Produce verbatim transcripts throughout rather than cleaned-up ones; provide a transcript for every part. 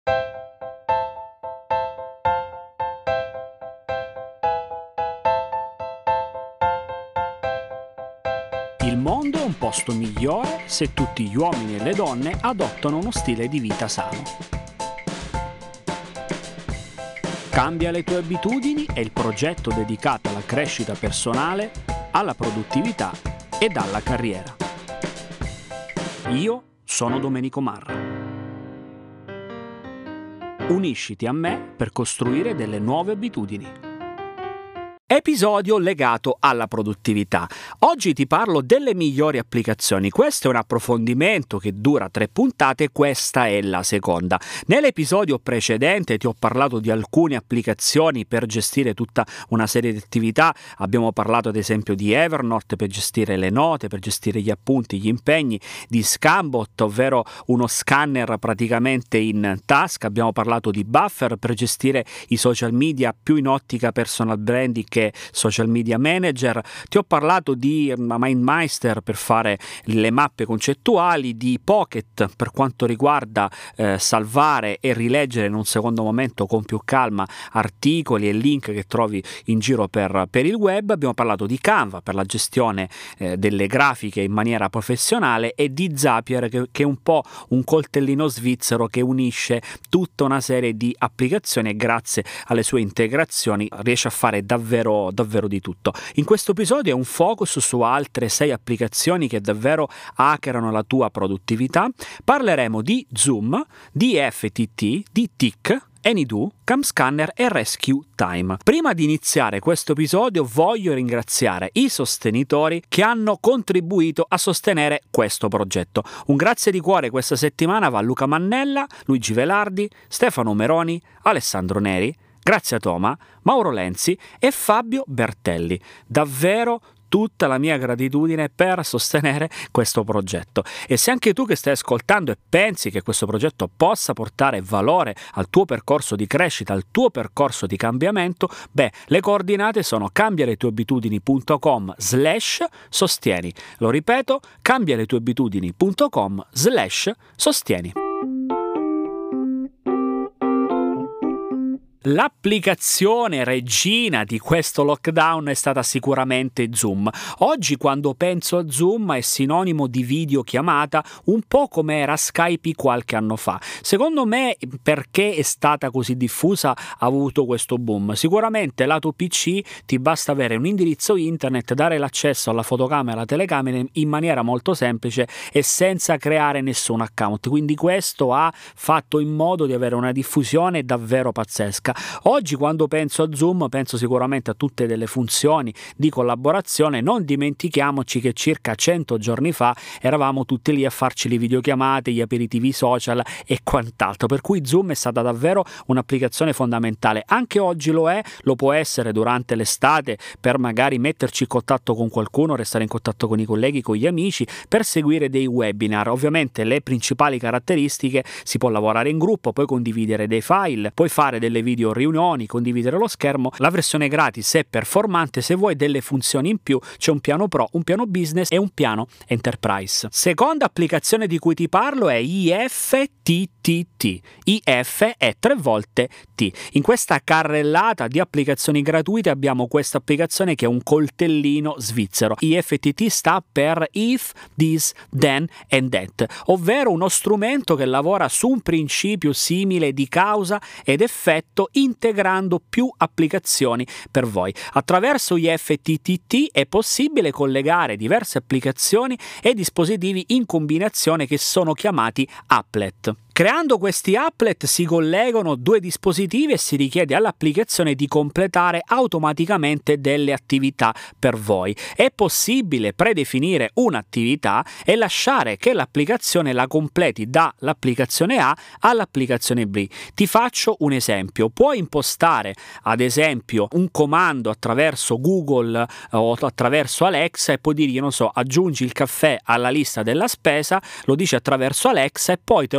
Il mondo è un posto migliore se tutti gli uomini e le donne adottano uno stile di vita sano. Cambia le tue abitudini è il progetto dedicato alla crescita personale, alla produttività ed alla carriera. Io sono Domenico Marra. Unisciti a me per costruire delle nuove abitudini. Episodio legato alla produttività. Oggi ti parlo delle migliori applicazioni. Questo è un approfondimento che dura tre puntate, questa è la seconda. Nell'episodio precedente ti ho parlato di alcune applicazioni per gestire tutta una serie di attività. Abbiamo parlato ad esempio di Evernote per gestire le note, per gestire gli appunti, gli impegni, di Scanbot, ovvero uno scanner praticamente in tasca. Abbiamo parlato di Buffer per gestire i social media più in ottica personal branding che social media manager. Ti ho parlato di MindMeister per fare le mappe concettuali, di Pocket per quanto riguarda eh, salvare e rileggere in un secondo momento con più calma articoli e link che trovi in giro per, per il web. Abbiamo parlato di Canva per la gestione eh, delle grafiche in maniera professionale e di Zapier che, che è un po' un coltellino svizzero che unisce tutta una serie di applicazioni e grazie alle sue integrazioni riesce a fare davvero davvero di tutto. In questo episodio è un focus su altre sei applicazioni che davvero hackerano la tua produttività. Parleremo di Zoom, di F T T, di Tick, AnyDo, CamScanner e Rescue Time. Prima di iniziare questo episodio voglio ringraziare i sostenitori che hanno contribuito a sostenere questo progetto. Un grazie di cuore questa settimana va a Luca Mannella, Luigi Velardi, Stefano Meroni, Alessandro Neri, Grazia Toma, Mauro Lenzi e Fabio Bertelli. Davvero tutta la mia gratitudine per sostenere questo progetto. E se anche tu che stai ascoltando e pensi che questo progetto possa portare valore al tuo percorso di crescita, al tuo percorso di cambiamento, beh, le coordinate sono cambialetueabitudini.com slash sostieni. Lo ripeto, cambialetueabitudini.com slash sostieni. L'applicazione regina di questo lockdown è stata sicuramente Zoom. Oggi quando penso a Zoom è sinonimo di videochiamata, un po' come era Skype qualche anno fa. Secondo me perché è stata così diffusa ha avuto questo boom? Sicuramente lato P C ti basta avere un indirizzo internet, dare l'accesso alla fotocamera e alla telecamera in maniera molto semplice e senza creare nessun account. Quindi questo ha fatto in modo di avere una diffusione davvero pazzesca. Oggi quando penso a Zoom penso sicuramente a tutte delle funzioni di collaborazione. Non dimentichiamoci che circa cento giorni fa eravamo tutti lì a farci le videochiamate, gli aperitivi social e quant'altro, per cui Zoom è stata davvero un'applicazione fondamentale. Anche oggi lo è, lo può essere durante l'estate per magari metterci in contatto con qualcuno, restare in contatto con i colleghi, con gli amici, per seguire dei webinar. Ovviamente le principali caratteristiche: si può lavorare in gruppo, puoi condividere dei file, puoi fare delle video riunioni, condividere lo schermo. La versione gratis è performante. Se vuoi delle funzioni in più c'è un piano pro, un piano business e un piano enterprise. Seconda applicazione di cui ti parlo è I F T T T. I F è tre volte T. In questa carrellata di applicazioni gratuite abbiamo questa applicazione che è un coltellino svizzero. I F T T sta per If, This, Then and That, ovvero uno strumento che lavora su un principio simile di causa ed effetto, integrando più applicazioni per voi. Attraverso I F T T T è possibile collegare diverse applicazioni e dispositivi in combinazione che sono chiamati applet. Creando questi applet si collegano due dispositivi e si richiede all'applicazione di completare automaticamente delle attività per voi. È possibile predefinire un'attività e lasciare che l'applicazione la completi dall'applicazione A all'applicazione B. Ti faccio un esempio. Puoi impostare ad esempio un comando attraverso Google o attraverso Alexa e poi dire, non so, aggiungi il caffè alla lista della spesa, lo dici attraverso Alexa e poi te lo ritrovi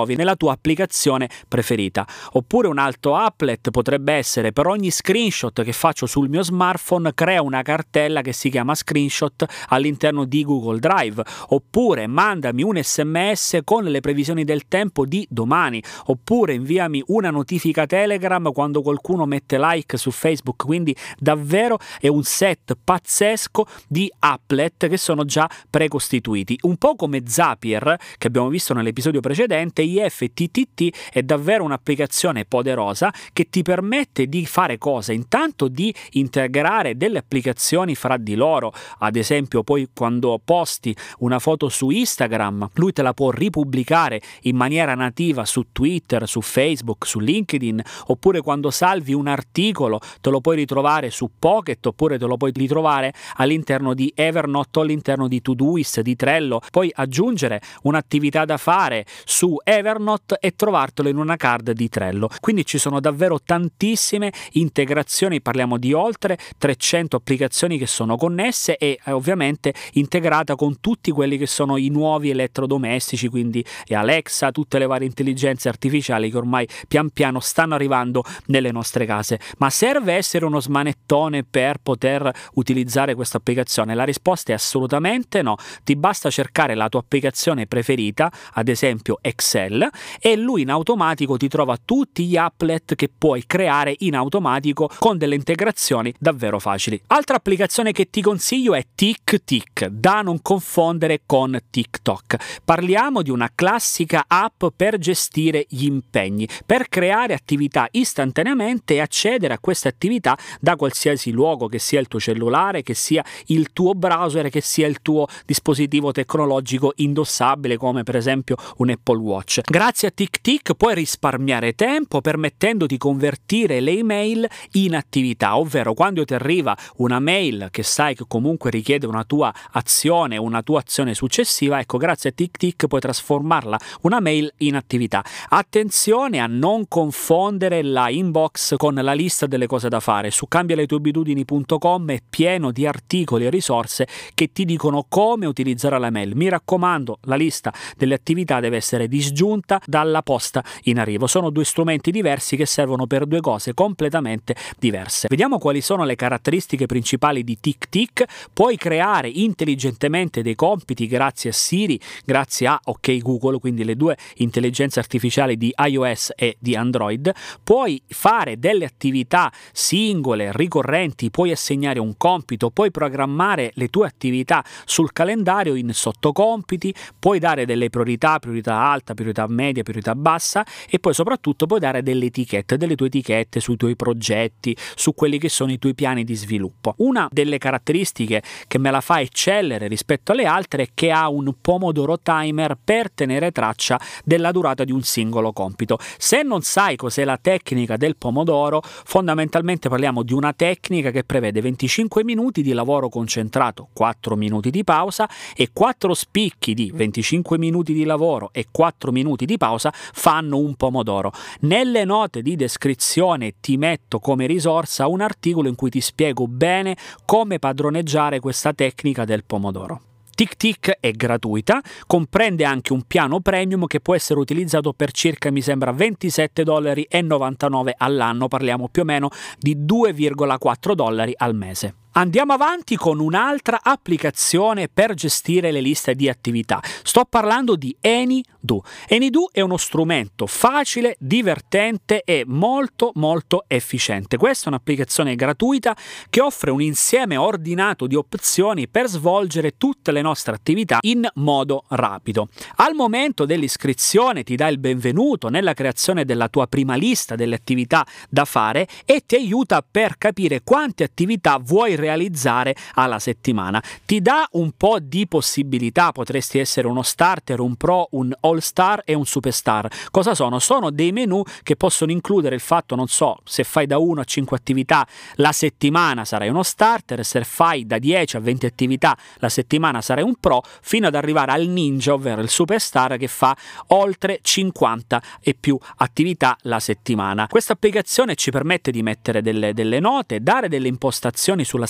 trovi nella tua applicazione preferita. Oppure un altro applet potrebbe essere: per ogni screenshot che faccio sul mio smartphone crea una cartella che si chiama screenshot all'interno di Google Drive. Oppure mandami un sms con le previsioni del tempo di domani. Oppure inviami una notifica Telegram quando qualcuno mette like su Facebook. Quindi davvero è un set pazzesco di applet che sono già precostituiti. Un po' come Zapier che abbiamo visto nell'episodio precedente, I F T T T è davvero un'applicazione poderosa che ti permette di fare cosa? Intanto di integrare delle applicazioni fra di loro. Ad esempio, poi quando posti una foto su Instagram, lui te la può ripubblicare in maniera nativa su Twitter, su Facebook, su LinkedIn. Oppure quando salvi un articolo te lo puoi ritrovare su Pocket, oppure te lo puoi ritrovare all'interno di Evernote o all'interno di Todoist, di Trello. Puoi aggiungere un'attività da fare su Evernote e trovartelo in una card di Trello. Quindi ci sono davvero tantissime integrazioni, parliamo di oltre trecento applicazioni che sono connesse e eh, ovviamente integrata con tutti quelli che sono i nuovi elettrodomestici, quindi Alexa, tutte le varie intelligenze artificiali che ormai pian piano stanno arrivando nelle nostre case. Ma serve essere uno smanettone per poter utilizzare questa applicazione? La risposta è assolutamente no. Ti basta cercare la tua applicazione preferita, ad esempio Excel, e lui in automatico ti trova tutti gli applet che puoi creare in automatico con delle integrazioni davvero facili. Altra applicazione che ti consiglio è TickTick, da non confondere con TikTok. Parliamo di una classica app per gestire gli impegni, per creare attività istantaneamente e accedere a queste attività da qualsiasi luogo, che sia il tuo cellulare, che sia il tuo browser, che sia il tuo dispositivo tecnologico indossabile come per esempio un Apple Watch. Grazie a TickTick puoi risparmiare tempo permettendoti di convertire le email in attività, ovvero quando ti arriva una mail che sai che comunque richiede una tua azione, una tua azione successiva, ecco, grazie a TickTick puoi trasformarla una mail in attività. Attenzione a non confondere la inbox con la lista delle cose da fare. Su cambia le tue abitudini punto com è pieno di articoli e risorse che ti dicono come utilizzare la mail. Mi raccomando, la lista delle attività deve essere disgiunta dalla posta in arrivo. Sono due strumenti diversi che servono per due cose completamente diverse. Vediamo quali sono le caratteristiche principali di TickTick. Puoi creare intelligentemente dei compiti grazie a Siri, grazie a OK Google, quindi le due intelligenze artificiali di iOS e di Android. Puoi fare delle attività singole, ricorrenti, puoi assegnare un compito, puoi programmare le tue attività sul calendario in sottocompiti, puoi dare delle priorità, priorità alta, priorità media, priorità bassa, e poi soprattutto puoi dare delle etichette, delle tue etichette sui tuoi progetti, su quelli che sono i tuoi piani di sviluppo. Una delle caratteristiche che me la fa eccellere rispetto alle altre è che ha un pomodoro timer per tenere traccia della durata di un singolo compito. Se non sai cos'è la tecnica del pomodoro, fondamentalmente parliamo di una tecnica che prevede venticinque minuti di lavoro concentrato, quattro minuti di pausa, e quattro spicchi di venticinque minuti di lavoro e quattro minuti di pausa fanno un pomodoro. Nelle note di descrizione ti metto come risorsa un articolo in cui ti spiego bene come padroneggiare questa tecnica del pomodoro. TickTick è gratuita, comprende anche un piano premium che può essere utilizzato per circa, mi sembra, ventisette dollari e novantanove all'anno, parliamo più o meno di due virgola quattro dollari al mese. Andiamo avanti con un'altra applicazione per gestire le liste di attività. Sto parlando di AnyDo. AnyDo è uno strumento facile, divertente e molto molto efficiente. Questa è un'applicazione gratuita che offre un insieme ordinato di opzioni per svolgere tutte le nostre attività in modo rapido. Al momento dell'iscrizione ti dà il benvenuto nella creazione della tua prima lista delle attività da fare e ti aiuta per capire quante attività vuoi realizzare alla settimana. Ti dà un po' di possibilità, potresti essere uno starter, un pro, un all star e un superstar. Cosa sono? Sono dei menu che possono includere il fatto, non so, se fai da uno a cinque attività la settimana sarai uno starter, se fai da dieci a venti attività la settimana sarai un pro, fino ad arrivare al ninja, ovvero il superstar che fa oltre cinquanta e più attività la settimana. Questa applicazione ci permette di mettere delle, delle note, dare delle impostazioni sulla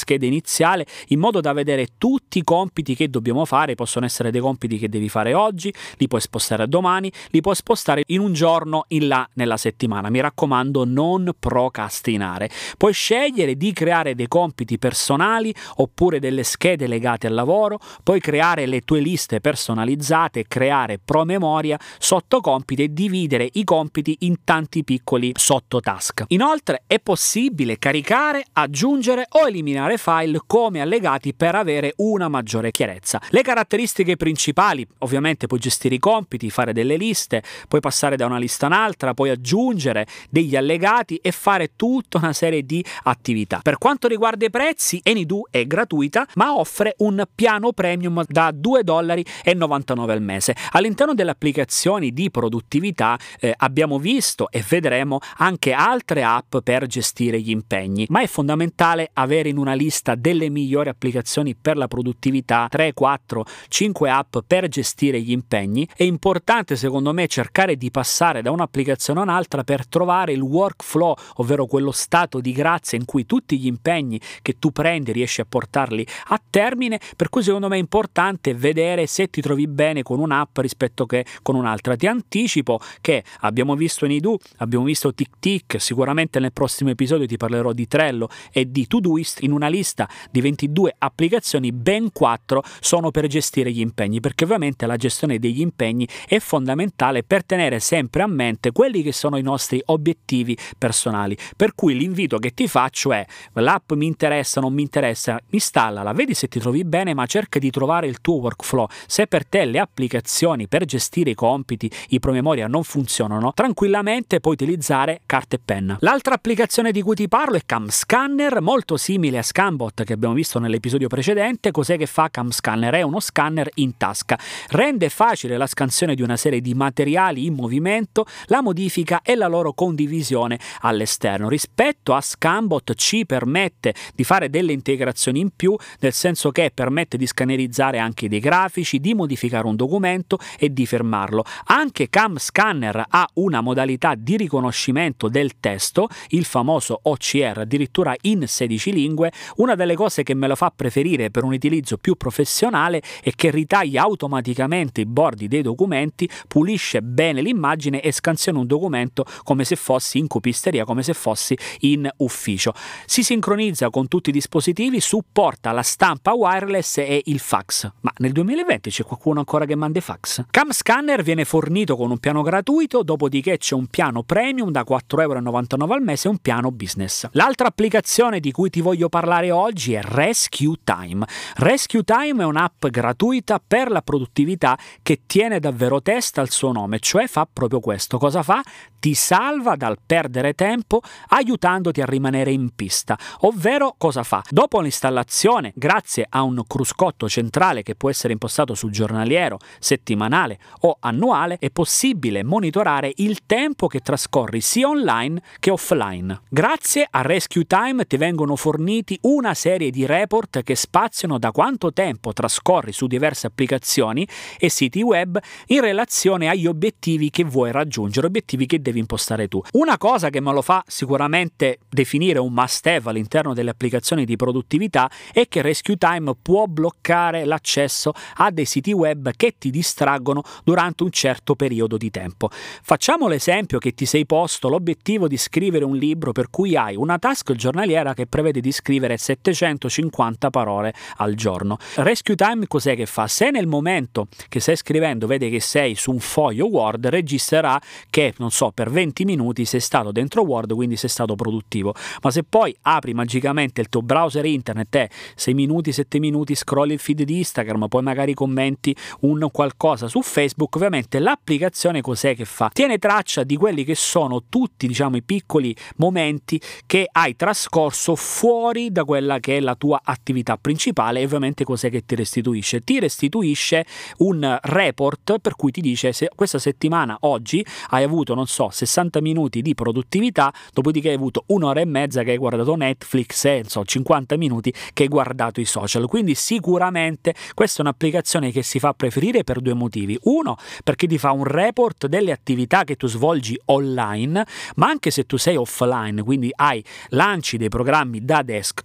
scheda iniziale, in modo da vedere tutti i compiti che dobbiamo fare. Possono essere dei compiti che devi fare oggi, li puoi spostare a domani, li puoi spostare in un giorno in là nella settimana. Mi raccomando, non procrastinare. Puoi scegliere di creare dei compiti personali oppure delle schede legate al lavoro, puoi creare le tue liste personalizzate, creare promemoria, sottocompiti e dividere i compiti in tanti piccoli sottotask. Inoltre è possibile caricare, aggiungere o eliminare file come allegati per avere una maggiore chiarezza. Le caratteristiche principali: ovviamente puoi gestire i compiti, fare delle liste, puoi passare da una lista a un'altra, puoi aggiungere degli allegati e fare tutta una serie di attività. Per quanto riguarda i prezzi, AnyDo è gratuita ma offre un piano premium da due dollari e novantanove al mese. All'interno delle applicazioni di produttività eh, abbiamo visto e vedremo anche altre app per gestire gli impegni, ma è fondamentale avere in una lista delle migliori applicazioni per la produttività tre, quattro, cinque app per gestire gli impegni. È importante secondo me cercare di passare da un'applicazione a un'altra per trovare il workflow, ovvero quello stato di grazia in cui tutti gli impegni che tu prendi riesci a portarli a termine, per cui secondo me è importante vedere se ti trovi bene con un'app rispetto che con un'altra. Ti anticipo che abbiamo visto AnyDo, abbiamo visto TickTick, sicuramente nel prossimo episodio ti parlerò di Trello e di Todoist. In una lista di ventidue applicazioni, ben quattro sono per gestire gli impegni, perché ovviamente la gestione degli impegni è fondamentale per tenere sempre a mente quelli che sono i nostri obiettivi personali. Per cui l'invito che ti faccio è: l'app mi interessa, non mi interessa, installala, vedi se ti trovi bene, ma cerca di trovare il tuo workflow. Se per te le applicazioni per gestire i compiti, i promemoria non funzionano, tranquillamente puoi utilizzare carta e penna. L'altra applicazione di cui ti parlo è CamScanner, molto simile a Scanbot che abbiamo visto nell'episodio precedente. Cos'è che fa CamScanner? È uno scanner in tasca, rende facile la scansione di una serie di materiali in movimento, la modifica e la loro condivisione all'esterno. Rispetto a Scanbot ci permette di fare delle integrazioni in più, nel senso che permette di scannerizzare anche dei grafici, di modificare un documento e di fermarlo. Anche CamScanner ha una modalità di riconoscimento del testo, il famoso O C R, addirittura in sedici lingue. Una delle cose che me lo fa preferire per un utilizzo più professionale è che ritaglia automaticamente i bordi dei documenti, pulisce bene l'immagine e scansiona un documento come se fossi in copisteria, come se fossi in ufficio. Si sincronizza con tutti i dispositivi, supporta la stampa wireless e il fax. Ma nel duemilaventi c'è qualcuno ancora che manda fax? CamScanner viene fornito con un piano gratuito, dopodiché c'è un piano premium da quattro e novantanove euro al mese e un piano business. L'altra applicazione di cui ti voglio parlare oggi è Rescue Time. Rescue Time è un'app gratuita per la produttività che tiene davvero testa al suo nome, cioè fa proprio questo. Cosa fa? Ti salva dal perdere tempo aiutandoti a rimanere in pista. Ovvero, cosa fa? Dopo l'installazione, grazie a un cruscotto centrale che può essere impostato sul giornaliero, settimanale o annuale, è possibile monitorare il tempo che trascorri sia online che offline. Grazie a Rescue Time ti vengono forniti una serie di report che spaziano da quanto tempo trascorri su diverse applicazioni e siti web in relazione agli obiettivi che vuoi raggiungere, obiettivi che devi impostare tu. Una cosa che me lo fa sicuramente definire un must have all'interno delle applicazioni di produttività è che Rescue Time può bloccare l'accesso a dei siti web che ti distraggono durante un certo periodo di tempo. Facciamo l'esempio che ti sei posto l'obiettivo di scrivere un libro, per cui hai una task giornaliera che prevede di scrivere settecentocinquanta parole al giorno. Rescue Time cos'è che fa? Se nel momento che stai scrivendo vede che sei su un foglio Word, registrerà che, non so, per venti minuti sei stato dentro Word, quindi sei stato produttivo. Ma se poi apri magicamente il tuo browser internet e sei minuti, sette minuti scrolli il feed di Instagram, poi magari commenti un qualcosa su Facebook, ovviamente l'applicazione cos'è che fa? Tiene traccia di quelli che sono tutti, diciamo, i piccoli momenti che hai trascorso fuori da quella che è la tua attività principale. E ovviamente cos'è che ti restituisce? Ti restituisce un report per cui ti dice: se questa settimana, oggi, hai avuto, non so, sessanta minuti di produttività, dopodiché hai avuto un'ora e mezza che hai guardato Netflix e, non so, cinquanta minuti che hai guardato i social. Quindi sicuramente questa è un'applicazione che si fa preferire per due motivi. Uno, perché ti fa un report delle attività che tu svolgi online, ma anche se tu sei offline, quindi hai lanci dei programmi da desktop,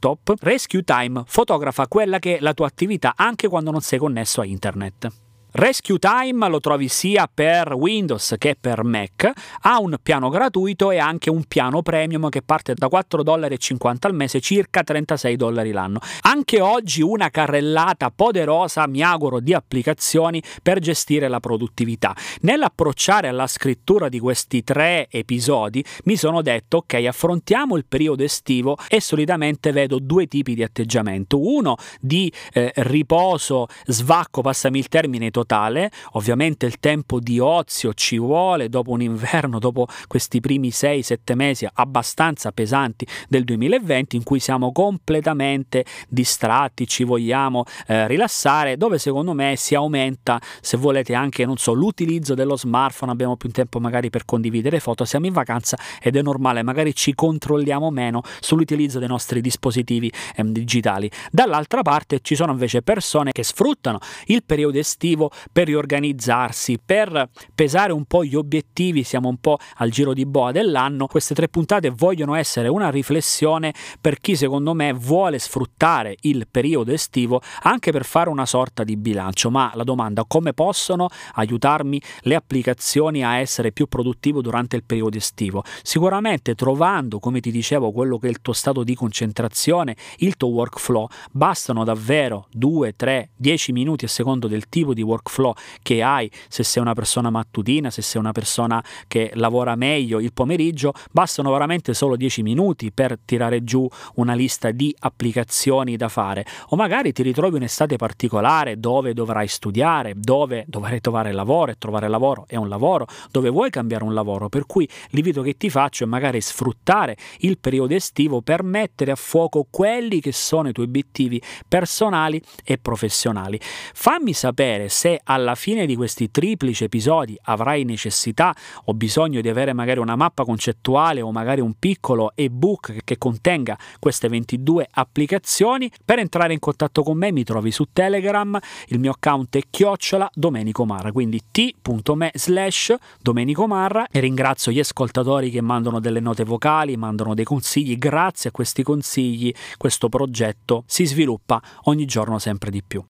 desktop, Rescue Time fotografa quella che è la tua attività anche quando non sei connesso a internet. Rescue Time lo trovi sia per Windows che per Mac, ha un piano gratuito e anche un piano premium che parte da quattro virgola cinquanta dollari al mese, circa trentasei dollari l'anno. Anche oggi una carrellata poderosa, mi auguro, di applicazioni per gestire la produttività. Nell'approcciare alla scrittura di questi tre episodi mi sono detto ok, affrontiamo il periodo estivo e solitamente vedo due tipi di atteggiamento, uno di eh, riposo, svacco, passami il termine, totale. Ovviamente il tempo di ozio ci vuole dopo un inverno, dopo questi primi sei sette mesi abbastanza pesanti del duemilaventi in cui siamo completamente distratti, ci vogliamo eh, rilassare, dove secondo me si aumenta, se volete, anche, non so, l'utilizzo dello smartphone, abbiamo più tempo magari per condividere foto, siamo in vacanza ed è normale, magari ci controlliamo meno sull'utilizzo dei nostri dispositivi eh, digitali. Dall'altra parte ci sono invece persone che sfruttano il periodo estivo per riorganizzarsi, per pesare un po' gli obiettivi, siamo un po' al giro di boa dell'anno. Queste tre puntate vogliono essere una riflessione per chi secondo me vuole sfruttare il periodo estivo anche per fare una sorta di bilancio. Ma la domanda: come possono aiutarmi le applicazioni a essere più produttivo durante il periodo estivo? Sicuramente trovando, come ti dicevo, quello che è il tuo stato di concentrazione, il tuo workflow. Bastano davvero due, tre, dieci minuti a secondo del tipo di workflow che hai, se sei una persona mattutina, se sei una persona che lavora meglio il pomeriggio, bastano veramente solo dieci minuti per tirare giù una lista di applicazioni da fare. O magari ti ritrovi un'estate particolare dove dovrai studiare, dove dovrai trovare lavoro, e trovare lavoro è un lavoro, dove vuoi cambiare un lavoro, per cui l'invito che ti faccio è magari sfruttare il periodo estivo per mettere a fuoco quelli che sono i tuoi obiettivi personali e professionali. Fammi sapere se alla fine di questi triplici episodi avrai necessità o bisogno di avere magari una mappa concettuale o magari un piccolo ebook che contenga queste ventidue applicazioni. Per entrare in contatto con me mi trovi su Telegram, il mio account è chiocciola Domenico Marra, quindi t.me slash Domenico Marra, e ringrazio gli ascoltatori che mandano delle note vocali, mandano dei consigli. Grazie a questi consigli questo progetto si sviluppa ogni giorno sempre di più.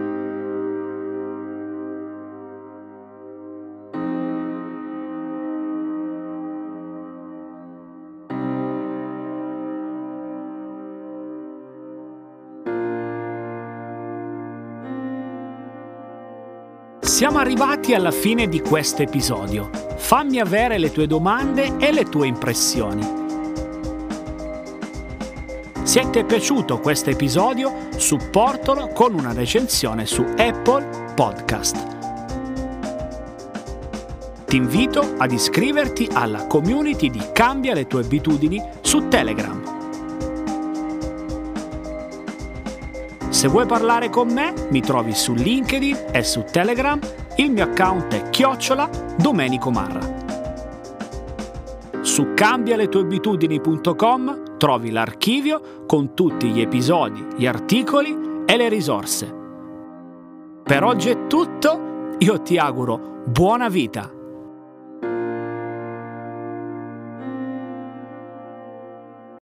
Siamo arrivati alla fine di questo episodio. Fammi avere le tue domande e le tue impressioni. Se ti è piaciuto questo episodio, supportalo con una recensione su Apple Podcast. Ti invito ad iscriverti alla community di Cambia le tue abitudini su Telegram. Se vuoi parlare con me, mi trovi su LinkedIn e su Telegram. Il mio account è chiocciola Domenico Marra. Su cambia le tue abitudini punto com trovi l'archivio con tutti gli episodi, gli articoli e le risorse. Per oggi è tutto, io ti auguro buona vita.